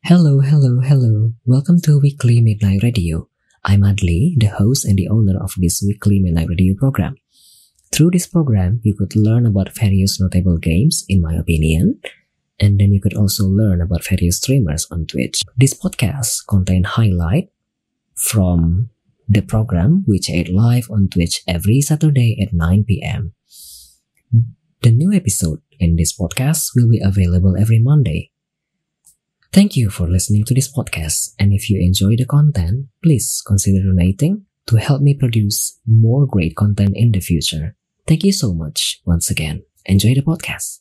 Hello, hello, hello. Welcome to Weekly Midnight Radio. I'm Adli, the host and the owner of this Weekly Midnight Radio program. Through this program, you could learn about various notable games, in my opinion, and then you could also learn about various streamers on Twitch. This podcast contains highlight from the program which aired live on Twitch every Saturday at 9 p.m. The new episode in this podcast will be available every Monday. Thank you for listening to this podcast, and if you enjoy the content, please consider donating to help me produce more great content in the future. Thank you so much once again. Enjoy the podcast.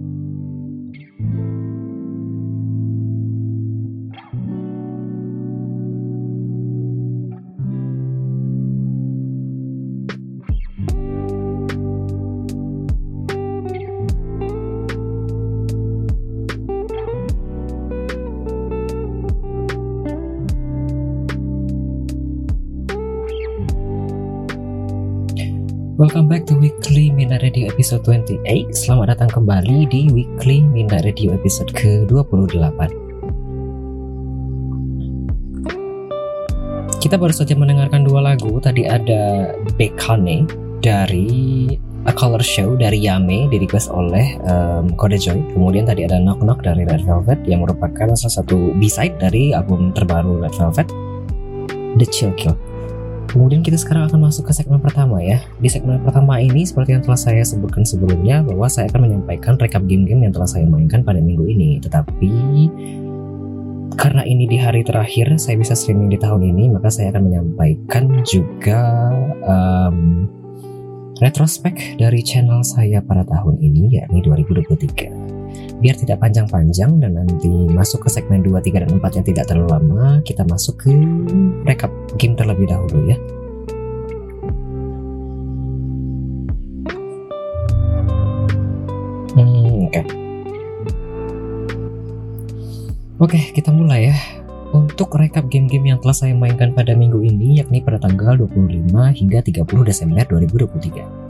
Welcome back to Weekly Midnight Radio episode 28. Selamat datang kembali di Weekly Midnight Radio episode ke-28. Kita baru saja mendengarkan dua lagu. Tadi ada Bekane dari A Color Show dari Yame, di request oleh Kode Joy. Kemudian tadi ada Knock Knock dari Red Velvet yang merupakan salah satu B-side dari album terbaru Red Velvet, The Chill Kill. Kemudian kita sekarang akan masuk ke segmen pertama ya. Di segmen pertama ini seperti yang telah saya sebutkan sebelumnya, bahwa saya akan menyampaikan rekap game-game yang telah saya mainkan pada minggu ini. Tetapi karena ini di hari terakhir saya bisa streaming di tahun ini, maka saya akan menyampaikan juga retrospek dari channel saya pada tahun ini, yakni 2023. Biar tidak panjang-panjang dan nanti masuk ke segmen 2, 3, dan 4 yang tidak terlalu lama, kita masuk ke rekap game terlebih dahulu ya. Oke, kita mulai ya. Untuk rekap game-game yang telah saya mainkan pada minggu ini, yakni pada tanggal 25 hingga 30 Desember 2023.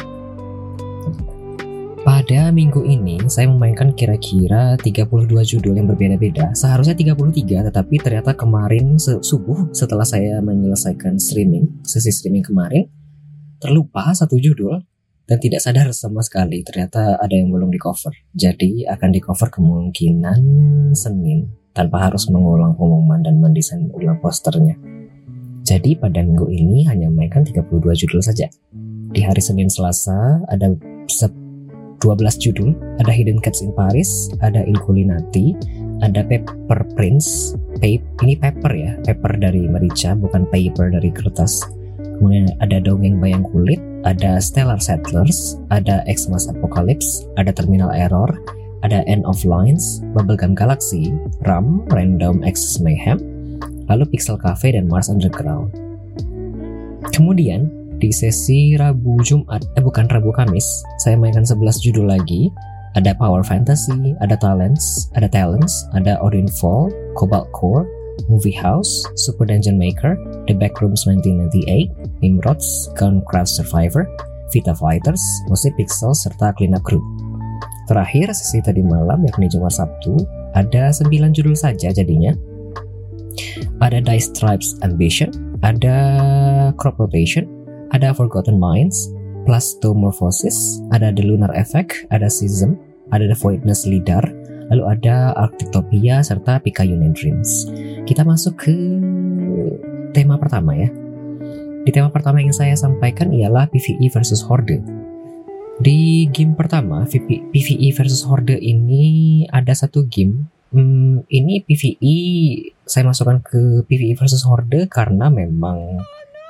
Pada minggu ini, saya memainkan kira-kira 32 judul yang berbeda-beda. Seharusnya 33, tetapi ternyata kemarin subuh setelah saya menyelesaikan sesi streaming kemarin, terlupa satu judul dan tidak sadar sama sekali. Ternyata ada yang belum di-cover. Jadi akan di-cover kemungkinan Senin, tanpa harus mengulang pengumuman dan mendesain ulang posternya. Jadi pada minggu ini hanya memainkan 32 judul saja. Di hari Senin Selasa ada 12 judul, ada Hidden Cats in Paris, ada Inculinati, ada Paper Prince, ini paper ya, paper dari merica, bukan paper dari kertas. Kemudian ada Dongeng Bayang Kulit, ada Stellar Settlers, ada Xmas Apocalypse, ada Terminal Error, ada End of Lines, Bubblegum Galaxy, RAM, Random Access Mayhem, lalu Pixel Cafe dan Mars Underground. Kemudian di sesi Kamis, saya mainkan 11 judul lagi. Ada Power Fantasy, ada Talents, ada Odin Fall, Cobalt Core, Movie House, Super Dungeon Maker, The Backrooms 1998, Nimrods, Gunecraft Survivor, Vita Fighters, Musik Pixel, serta Cleanup Crew. Terakhir, sesi tadi malam, yakni Jumat Sabtu, ada 9 judul saja jadinya. Ada Dice Tribes Ambition, ada Crop Rotation, ada Forgotten Minds, Plastomorphosis, ada The Lunar Effect, ada Season, ada The Voidness Leader, lalu ada Arctopia, serta Picayune Dreams. Kita masuk ke tema pertama ya. Di tema pertama yang saya sampaikan ialah PvE versus Horde. Di game pertama, PvE versus Horde ini ada satu game. Ini PvE, saya masukkan ke PvE versus Horde karena memang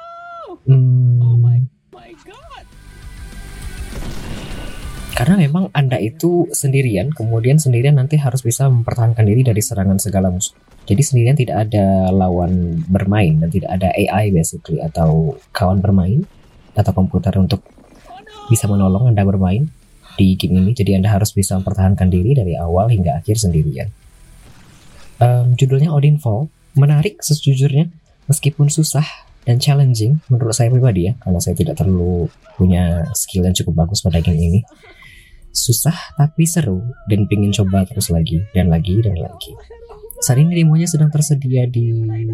karena memang Anda itu sendirian, kemudian sendirian nanti harus bisa mempertahankan diri dari serangan segala musuh. Jadi sendirian tidak ada lawan bermain dan tidak ada AI basically atau kawan bermain atau komputer untuk bisa menolong Anda bermain di game ini. Jadi Anda harus bisa mempertahankan diri dari awal hingga akhir sendirian. Judulnya Odin Fall, menarik sejujurnya meskipun susah dan challenging menurut saya pribadi ya, karena saya tidak terlalu punya skill yang cukup bagus pada game ini. Susah tapi seru dan pengen coba terus lagi dan lagi dan lagi. Saat ini demonya sedang tersedia di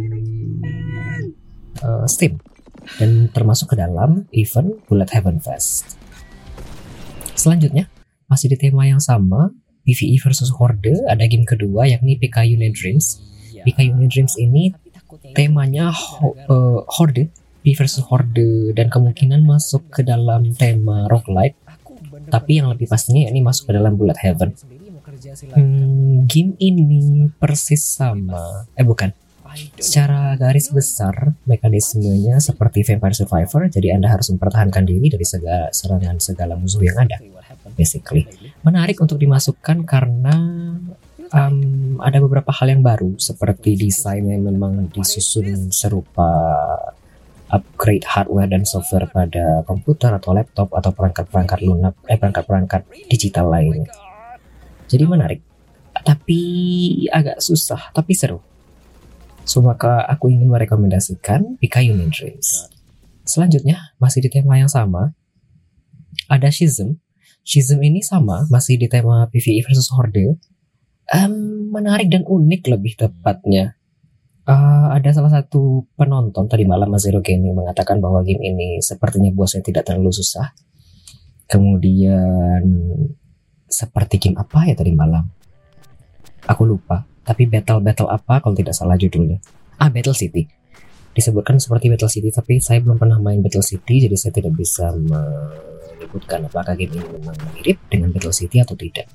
Steam dan termasuk ke dalam event Bullet Heaven Fest. Selanjutnya, masih di tema yang sama, PvE versus Horde, ada game kedua yakni PK Unit Dreams. PK Unit Dreams ini temanya Horde, PvE versus Horde, dan kemungkinan masuk ke dalam tema roguelite, tapi yang lebih pastinya ini masuk ke dalam Bullet Heaven. Game ini persis sama, secara garis besar mekanismenya seperti Vampire Survivor, jadi Anda harus mempertahankan diri dari serangan segala musuh yang ada. Basically, menarik untuk dimasukkan karena ada beberapa hal yang baru, seperti desain yang memang disusun serupa upgrade hardware dan software pada komputer atau laptop atau perangkat-perangkat lunak, perangkat-perangkat digital lainnya. Jadi menarik, tapi agak susah, tapi seru. So maka aku ingin merekomendasikan PK Unit Dreams. Selanjutnya, masih di tema yang sama, ada Schism. Schism ini sama, masih di tema PvE versus Horde. Menarik dan unik lebih tepatnya. Ada salah satu penonton tadi malam, Zero Gaming, mengatakan bahwa game ini sepertinya bosnya tidak terlalu susah. Kemudian seperti game apa ya tadi malam? Aku lupa. Tapi battle apa kalau tidak salah judulnya? Battle City. Disebutkan seperti Battle City, tapi saya belum pernah main Battle City, jadi saya tidak bisa menyebutkan apakah game ini memang mirip dengan Battle City atau tidak.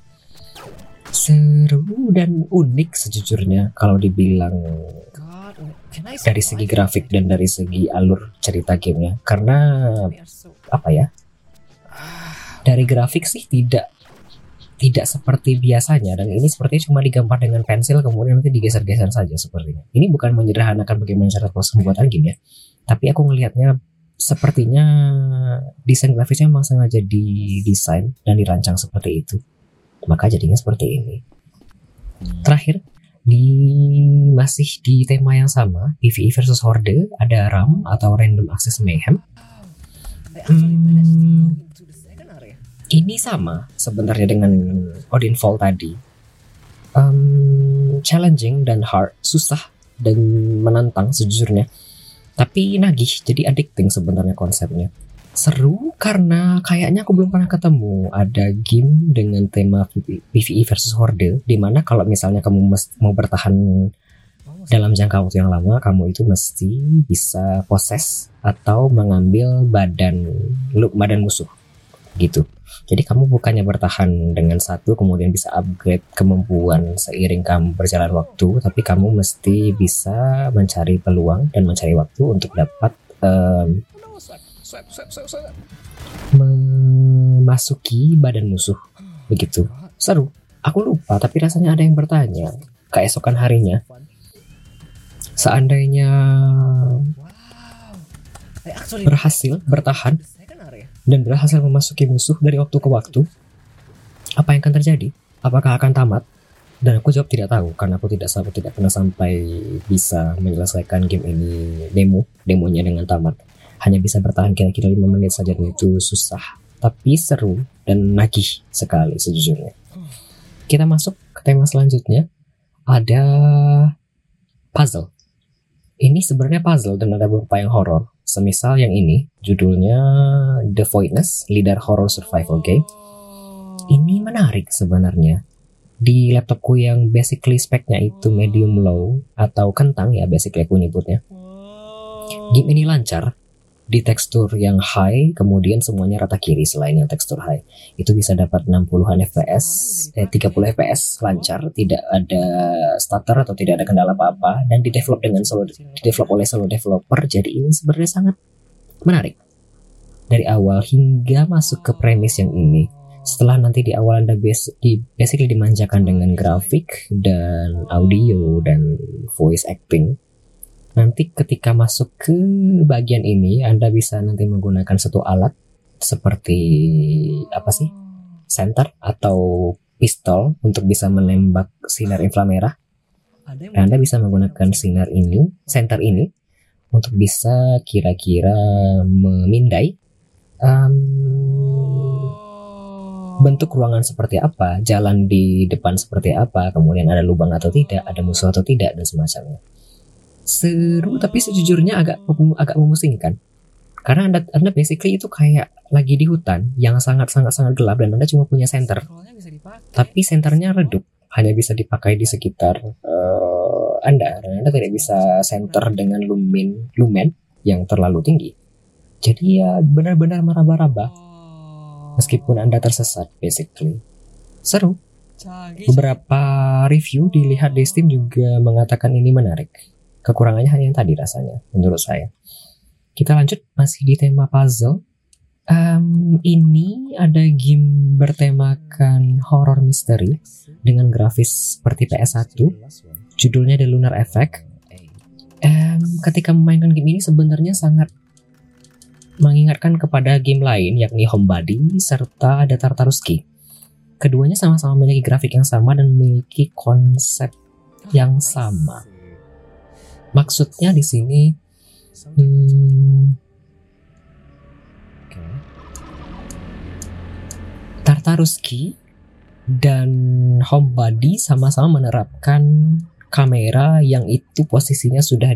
Seru dan unik sejujurnya kalau dibilang dari segi grafik dan dari segi alur cerita gamenya. Karena dari grafik sih tidak seperti biasanya, dan ini sepertinya cuma digambar dengan pensil kemudian nanti digeser-geser saja sepertinya. Ini bukan menyederhanakan bagaimana cara proses pembuatan game ya, tapi aku ngelihatnya sepertinya desain grafisnya memang sengaja didesain dan dirancang seperti itu, maka jadinya seperti ini. Terakhir, masih di tema yang sama, PvE versus Horde, ada RAM atau Random Access Mayhem. Ini sama sebenarnya dengan Odinfall tadi. Challenging dan hard, susah dan menantang sejujurnya. Tapi nagih, jadi addicting sebenarnya konsepnya. Seru karena kayaknya aku belum pernah ketemu ada game dengan tema PvE versus Horde, dimana kalau misalnya kamu mau bertahan dalam jangka waktu yang lama, kamu itu mesti bisa possess atau mengambil badan musuh gitu. Jadi kamu bukannya bertahan dengan satu kemudian bisa upgrade kemampuan seiring kamu berjalan waktu, tapi kamu mesti bisa mencari peluang dan mencari waktu untuk dapat memasuki badan musuh begitu. Seru. Aku lupa, tapi rasanya ada yang bertanya keesokan harinya, seandainya berhasil bertahan dan berhasil memasuki musuh dari waktu ke waktu, apa yang akan terjadi? Apakah akan tamat? Dan aku jawab tidak tahu, karena aku tidak pernah sampai bisa menyelesaikan game ini demonya dengan tamat. Hanya bisa bertahan kira-kira 5 menit saja, dan itu susah. Tapi seru dan nagih sekali sejujurnya. Kita masuk ke tema selanjutnya, ada puzzle. Ini sebenarnya puzzle dan ada beberapa yang horor. Semisal yang ini, judulnya The Voidness, Leader Horror Survival Game. Ini menarik sebenarnya. Di laptopku yang basically speknya itu medium low atau kentang ya, basically aku nyebutnya. Game ini lancar di tekstur yang high, kemudian semuanya rata kiri selain yang tekstur high. Itu bisa dapat 60-an fps, 30 fps lancar, tidak ada stutter atau tidak ada kendala apa-apa, dan didevelop oleh solo developer. Jadi ini sebenarnya sangat menarik dari awal hingga masuk ke premis yang ini. Setelah nanti di awal Anda basically dimanjakan dengan grafik dan audio dan voice acting, nanti ketika masuk ke bagian ini, Anda bisa nanti menggunakan satu alat seperti center atau pistol untuk bisa menembak sinar inframerah. Dan Anda bisa menggunakan center ini untuk bisa kira-kira memindai bentuk ruangan seperti apa, jalan di depan seperti apa, kemudian ada lubang atau tidak, ada musuh atau tidak, dan semacamnya. Seru tapi sejujurnya agak memusingkan. Karena anda basically itu kayak lagi di hutan yang sangat gelap dan Anda cuma punya senter. Tapi senternya redup, hanya bisa dipakai di sekitar Anda, dan Anda tidak bisa senter dengan lumen yang terlalu tinggi. Jadi ya benar-benar meraba-raba meskipun Anda tersesat basically. Seru. Beberapa review dilihat di Steam juga mengatakan ini menarik. Kekurangannya hanya yang tadi rasanya menurut saya. Kita lanjut masih di tema puzzle. Ini ada game bertemakan horror misteri dengan grafis seperti PS1. Judulnya The Lunar Effect. Ketika memainkan game ini sebenarnya sangat mengingatkan kepada game lain yakni Homebody serta The Tartarus Key. Keduanya sama-sama memiliki grafik yang sama dan memiliki konsep yang sama. Maksudnya di sini Tartarus Key dan Homebody sama-sama menerapkan kamera yang itu posisinya sudah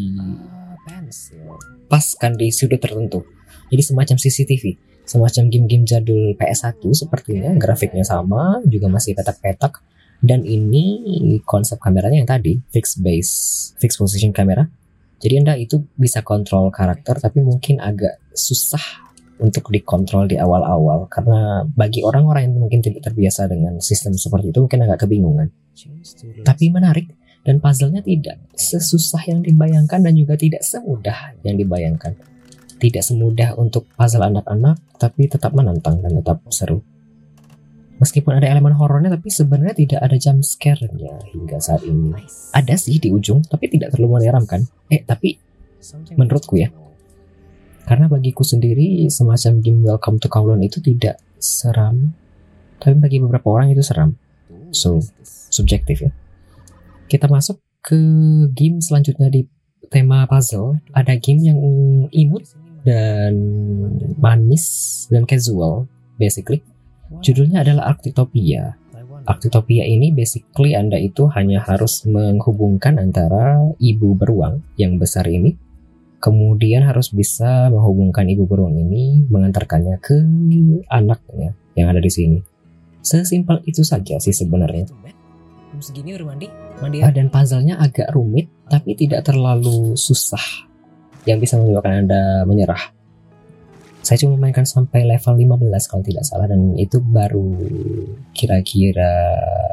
dipaskan di sudut tertentu. Jadi semacam CCTV, semacam game-game jadul PS1 sepertinya, grafiknya sama, juga masih petak-petak. Dan ini konsep kameranya yang tadi, fixed position kamera. Jadi Anda itu bisa kontrol karakter, tapi mungkin agak susah untuk dikontrol di awal-awal. Karena bagi orang-orang yang mungkin tidak terbiasa dengan sistem seperti itu, mungkin agak kebingungan. Tapi menarik, dan puzzle-nya tidak sesusah yang dibayangkan dan juga tidak semudah yang dibayangkan. Tidak semudah untuk puzzle anak-anak, tapi tetap menantang dan tetap seru. Meskipun ada elemen horornya, tapi sebenarnya tidak ada jump scare-nya hingga saat ini. Ada sih di ujung, tapi tidak terlalu menyeramkan. Tapi menurutku ya, karena bagiku sendiri semacam game Welcome to Kowloon itu tidak seram, tapi bagi beberapa orang itu seram. So, subjektif ya. Kita masuk ke game selanjutnya di tema puzzle. Ada game yang imut dan manis dan casual basically. Judulnya adalah Arctopia. Arctopia ini basically Anda itu hanya harus menghubungkan antara ibu beruang yang besar ini, kemudian harus bisa menghubungkan ibu beruang ini, mengantarkannya ke anaknya yang ada di sini. Sesimpel itu saja sih sebenarnya. Segini udah mandi dan puzzle-nya agak rumit tapi tidak terlalu susah yang bisa menyebabkan Anda menyerah. Saya cuma mainkan sampai level 15 kalau tidak salah, dan itu baru kira-kira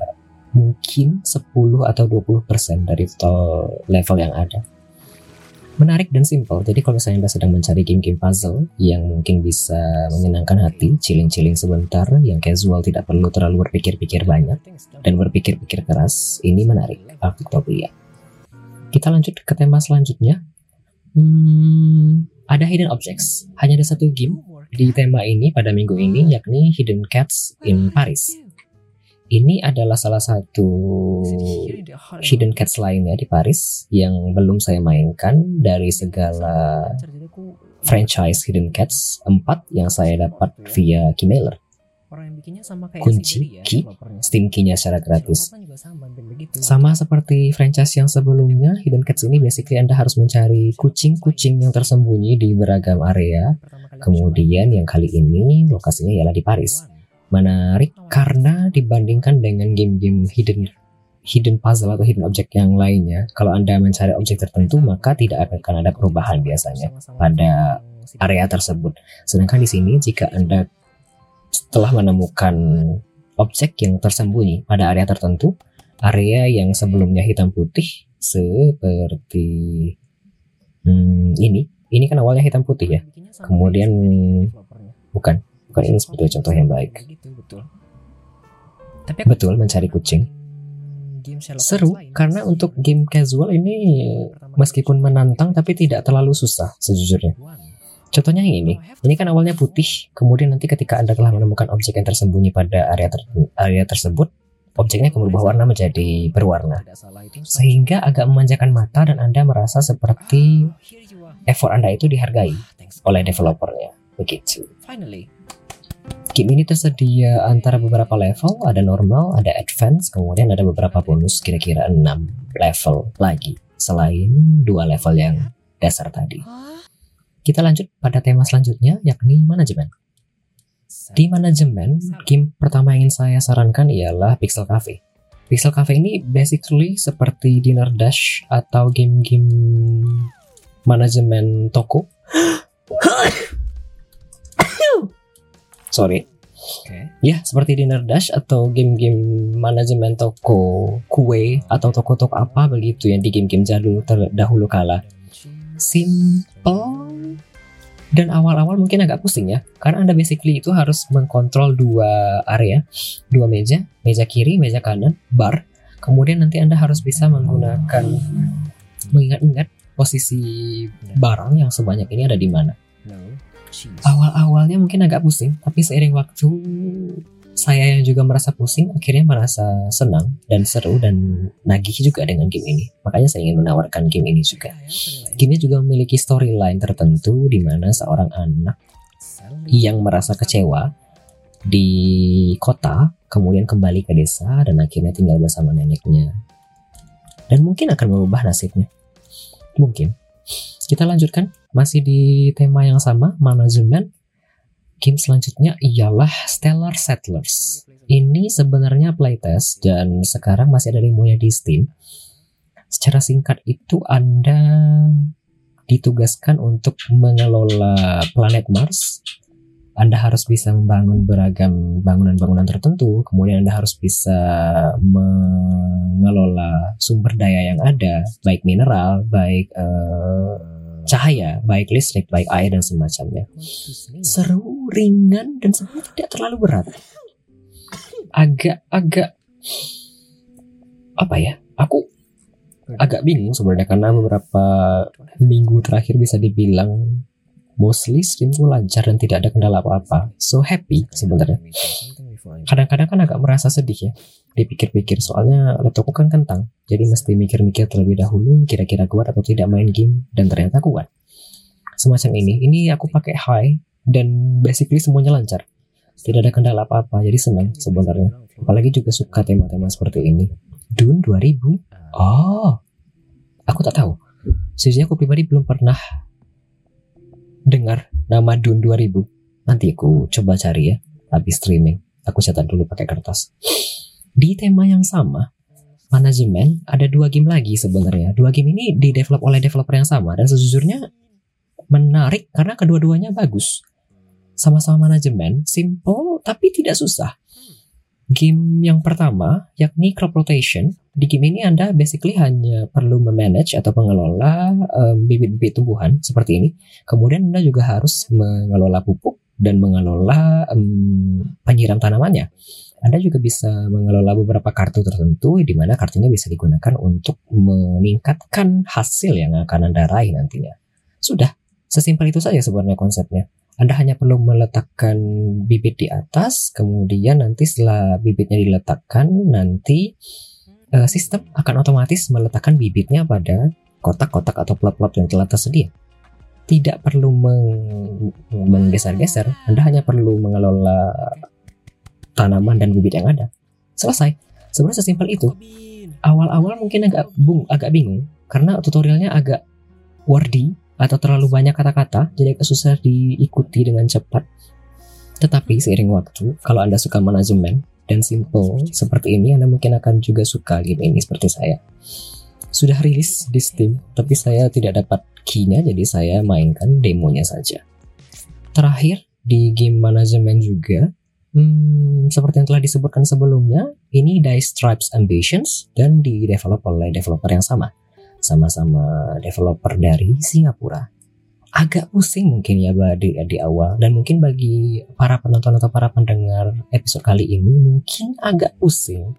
mungkin 10 atau 20% dari total level yang ada. Menarik dan simple. Jadi kalau misalnya Anda sedang mencari game-game puzzle yang mungkin bisa menyenangkan hati, chilling-chilling sebentar, yang casual, tidak perlu terlalu berpikir-pikir banyak dan berpikir-pikir keras, ini menarik, Arctopia. Kita lanjut ke tema selanjutnya. Ada hidden objects. Hanya ada satu game di tema ini pada minggu ini, yakni Hidden Cats in Paris. Ini adalah salah satu Hidden Cats lainnya di Paris yang belum saya mainkan dari segala franchise Hidden Cats 4 yang saya dapat via Keymailer. Kunci, key, Steam key-nya secara gratis. Sama seperti franchise yang sebelumnya, Hidden Cats ini basically Anda harus mencari kucing-kucing yang tersembunyi di beragam area. Kemudian yang kali ini lokasinya ialah di Paris. Menarik karena dibandingkan dengan game-game hidden puzzle atau hidden object yang lainnya, kalau Anda mencari objek tertentu maka tidak akan ada perubahan biasanya pada area tersebut. Sedangkan di sini jika Anda setelah menemukan objek yang tersembunyi pada area tertentu, area yang sebelumnya hitam putih seperti ini kan awalnya hitam putih ya, kemudian bukan ini seperti contoh yang baik. Betul, mencari kucing. Seru karena untuk game casual ini meskipun menantang tapi tidak terlalu susah sejujurnya. Contohnya yang ini kan awalnya putih, kemudian nanti ketika Anda telah menemukan objek yang tersembunyi pada area tersebut, objeknya akan berubah warna menjadi berwarna, sehingga agak memanjakan mata dan Anda merasa seperti effort Anda itu dihargai oleh developernya. Begitu. Game ini tersedia antara beberapa level, ada normal, ada advance, kemudian ada beberapa bonus kira-kira 6 level lagi selain 2 level yang dasar tadi. Kita lanjut pada tema selanjutnya, yakni manajemen. Di manajemen, game pertama yang ingin saya sarankan ialah Pixel Cafe. Pixel Cafe ini basically seperti Dinner Dash atau game-game manajemen toko. Sorry. Ya, seperti Dinner Dash atau game-game manajemen toko kue atau toko-toko apa begitu yang di game-game jadul terdahulu kala. Simple dan awal-awal mungkin agak pusing ya, karena Anda basically itu harus mengkontrol 2 area, 2 meja, meja kiri, meja kanan, bar. Kemudian nanti Anda harus bisa menggunakan mengingat-ingat posisi barang yang sebanyak ini ada di mana. Awal-awalnya mungkin agak pusing, tapi seiring waktu saya yang juga merasa pusing akhirnya merasa senang dan seru dan nagih juga dengan game ini. Makanya saya ingin menawarkan game ini juga. Game ini juga memiliki storyline tertentu di mana seorang anak yang merasa kecewa di kota kemudian kembali ke desa dan akhirnya tinggal bersama neneknya. Dan mungkin akan merubah nasibnya. Mungkin. Kita lanjutkan, masih di tema yang sama, manajemen. Game selanjutnya ialah Stellar Settlers. Ini sebenarnya playtest dan sekarang masih ada demonya di Steam. Secara singkat itu Anda ditugaskan untuk mengelola planet Mars. Anda harus bisa membangun beragam bangunan-bangunan tertentu. Kemudian Anda harus bisa mengelola sumber daya yang ada, baik mineral, baik cahaya, baik listrik, baik air dan semacamnya. Seru, ringan, dan sebenarnya tidak terlalu berat. Agak apa ya? Aku agak bingung sebenarnya karena beberapa minggu terakhir bisa dibilang mostly streamku lancar dan tidak ada kendala apa-apa. So happy sebenarnya. Kadang-kadang kan agak merasa sedih ya, dipikir-pikir soalnya laptopku kan kentang, jadi mesti mikir-mikir terlebih dahulu kira-kira kuat atau tidak main game, dan ternyata kuat. Semacam ini aku pakai high dan basically semuanya lancar, tidak ada kendala apa-apa, jadi senang sebenarnya. Apalagi juga suka tema-tema seperti ini. Dune 2000? Oh, aku tak tahu. Sejujurnya aku pribadi belum pernah dengar nama Dune 2000. Nanti aku coba cari ya, habis streaming. Aku catat dulu pakai kertas. Di tema yang sama, manajemen, ada 2 game lagi sebenarnya. 2 game ini di-develop oleh developer yang sama dan sejujurnya menarik karena kedua-duanya bagus. Sama-sama manajemen, simple tapi tidak susah. Game yang pertama yakni Crop Rotation. Di game ini Anda basically hanya perlu memanage atau mengelola bibit-bibit tumbuhan seperti ini. Kemudian Anda juga harus mengelola pupuk dan mengelola penyiram tanamannya. Anda juga bisa mengelola beberapa kartu tertentu di mana kartunya bisa digunakan untuk meningkatkan hasil yang akan Anda raih nantinya. Sudah, sesimpel itu saja sebenarnya konsepnya. Anda hanya perlu meletakkan bibit di atas, kemudian nanti setelah bibitnya diletakkan, nanti sistem akan otomatis meletakkan bibitnya pada kotak-kotak atau plot-plot yang telah tersedia. Tidak perlu menggeser-geser, Anda hanya perlu mengelola tanaman dan bibit yang ada. Selesai. Sebenarnya sesimpel itu. Awal-awal mungkin agak bingung karena tutorialnya agak wordy atau terlalu banyak kata-kata, jadi agak susah diikuti dengan cepat. Tetapi seiring waktu, kalau Anda suka manajemen dan simple seperti ini, Anda mungkin akan juga suka game ini seperti saya. Sudah rilis di Steam, tapi saya tidak dapat key-nya, jadi saya mainkan demonya saja. Terakhir, di game manajemen juga, seperti yang telah disebutkan sebelumnya, ini Dice Tribes Ambitions dan di-develop oleh developer yang sama. Sama-sama developer dari Singapura. Agak pusing mungkin ya di awal, dan mungkin bagi para penonton atau para pendengar episode kali ini mungkin agak pusing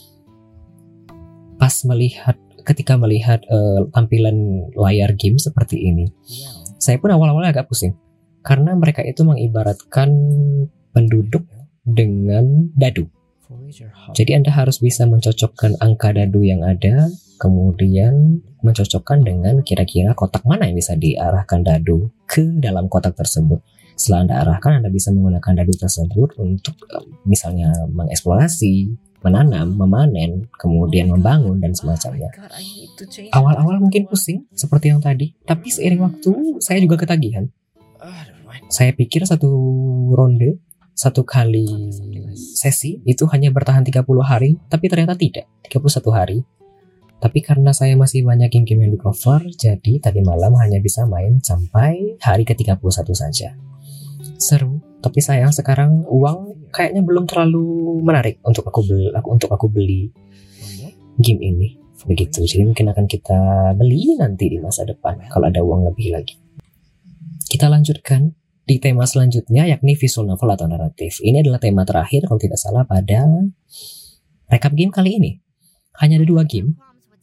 pas ketika melihat tampilan layar game seperti ini. Saya pun awal-awalnya agak pusing karena mereka itu mengibaratkan penduduk dengan dadu. Jadi Anda harus bisa mencocokkan angka dadu yang ada, kemudian mencocokkan dengan kira-kira kotak mana yang bisa diarahkan dadu ke dalam kotak tersebut. Setelah Anda arahkan, Anda bisa menggunakan dadu tersebut untuk misalnya mengeksplorasi, menanam, memanen, kemudian membangun dan semacamnya. Awal-awal mungkin pusing seperti yang tadi, tapi seiring waktu saya juga ketagihan. Saya pikir satu ronde, satu kali sesi itu hanya bertahan 30 hari, tapi ternyata tidak, 31 hari. Tapi karena saya masih banyak game-game yang di cover, jadi tadi malam hanya bisa main sampai hari ke-31 saja. Seru, tapi sayang sekarang uang kayaknya belum terlalu menarik untuk aku beli game ini. Begitu, jadi mungkin akan kita beli nanti di masa depan kalau ada uang lebih lagi. Kita lanjutkan di tema selanjutnya, yakni visual novel atau naratif. Ini adalah tema terakhir kalau tidak salah pada recap game kali ini. Hanya ada 2 game.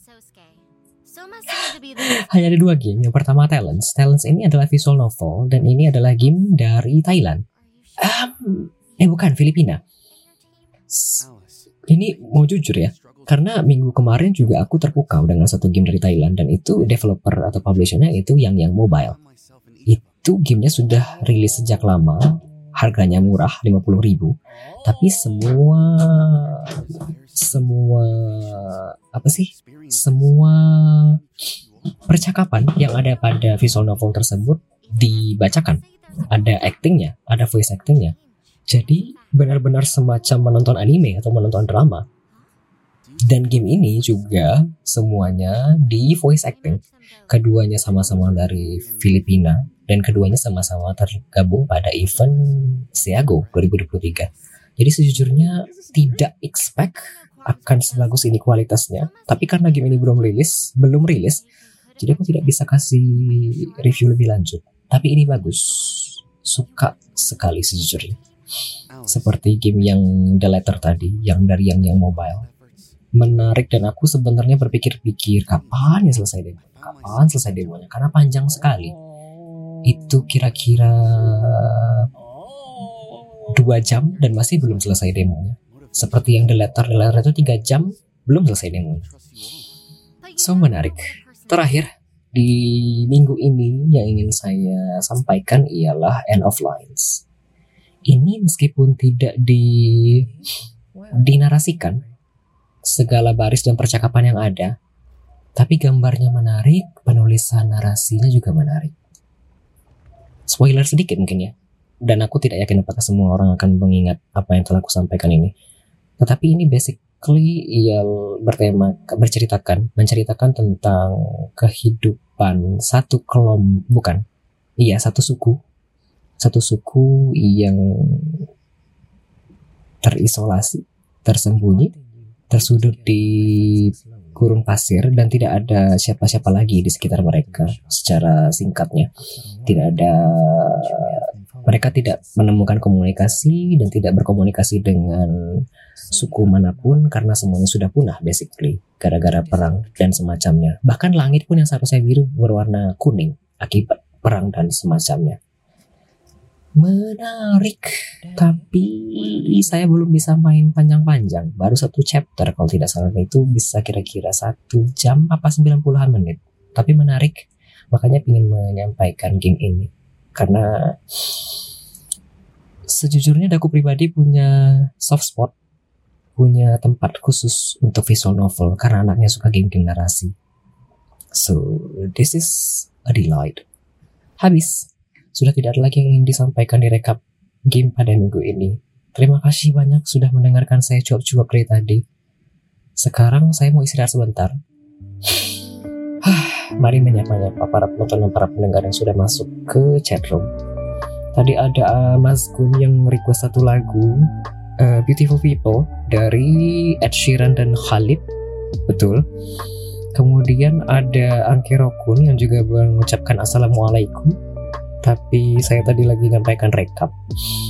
Hanya ada 2 game. Yang pertama Talents. Talents ini adalah visual novel dan ini adalah game dari Thailand. Bukan, Filipina. Ini mau jujur ya, karena minggu kemarin juga aku terpukau dengan satu game dari Thailand dan itu developer atau publishernya itu Yang Mobile. Itu gamenya sudah rilis sejak lama, harganya murah 50.000, tapi semua percakapan yang ada pada visual novel tersebut dibacakan. Ada actingnya, ada voice actingnya. Jadi benar-benar semacam menonton anime atau menonton drama. Dan game ini juga semuanya di voice acting. Keduanya sama-sama dari Filipina dan keduanya sama-sama tergabung pada event Siago 2023. Jadi sejujurnya tidak expect akan sebagus ini kualitasnya. Tapi karena game ini belum rilis, jadi aku tidak bisa kasih review lebih lanjut. Tapi ini bagus, suka sekali sejujurnya. Seperti game yang The Letter tadi, yang dari Yang Mobile, menarik dan aku sebenarnya berpikir-pikir kapan selesai demonya, karena panjang sekali. Itu kira-kira 2 jam dan masih belum selesai demonya. Seperti yang The Letter itu 3 jam belum selesai demonya. So menarik. Terakhir di minggu ini yang ingin saya sampaikan ialah End of Lines. Ini meskipun tidak dinarasikan segala baris dan percakapan yang ada, tapi gambarnya menarik, penulisan narasinya juga menarik. Spoiler sedikit mungkin ya, dan aku tidak yakin apakah semua orang akan mengingat apa yang telah aku sampaikan ini. Tetapi ini basically ia menceritakan tentang kehidupan satu suku yang terisolasi, tersembunyi, tersudut di gurun pasir dan tidak ada siapa-siapa lagi di sekitar mereka. Secara singkatnya, mereka tidak menemukan komunikasi dan tidak berkomunikasi dengan suku manapun karena semuanya sudah punah basically gara-gara perang dan semacamnya. Bahkan langit pun yang seharusnya biru berwarna kuning akibat perang dan semacamnya. Menarik, tapi saya belum bisa main panjang-panjang. Baru 1 chapter kalau tidak salah, itu bisa kira-kira 1 jam apa 90-an menit. Tapi menarik, makanya ingin menyampaikan game ini. Karena sejujurnya aku pribadi punya soft spot, punya tempat khusus untuk visual novel karena anaknya suka game-game narasi. So, this is a delight. Habis. Sudah tidak ada lagi yang ingin disampaikan di rekap game pada minggu ini. Terima kasih banyak sudah mendengarkan saya cuap-cuap dari tadi. Sekarang saya mau istirahat sebentar. Mari menyapa para penonton dan para pendengar yang sudah masuk ke chatroom. Tadi ada Mas Gun yang request satu lagu, Beautiful People dari Ed Sheeran dan Khalid. Betul. Kemudian ada Angke Rokun yang juga mengucapkan Assalamualaikum. Tapi saya tadi lagi nyampaikan rekap.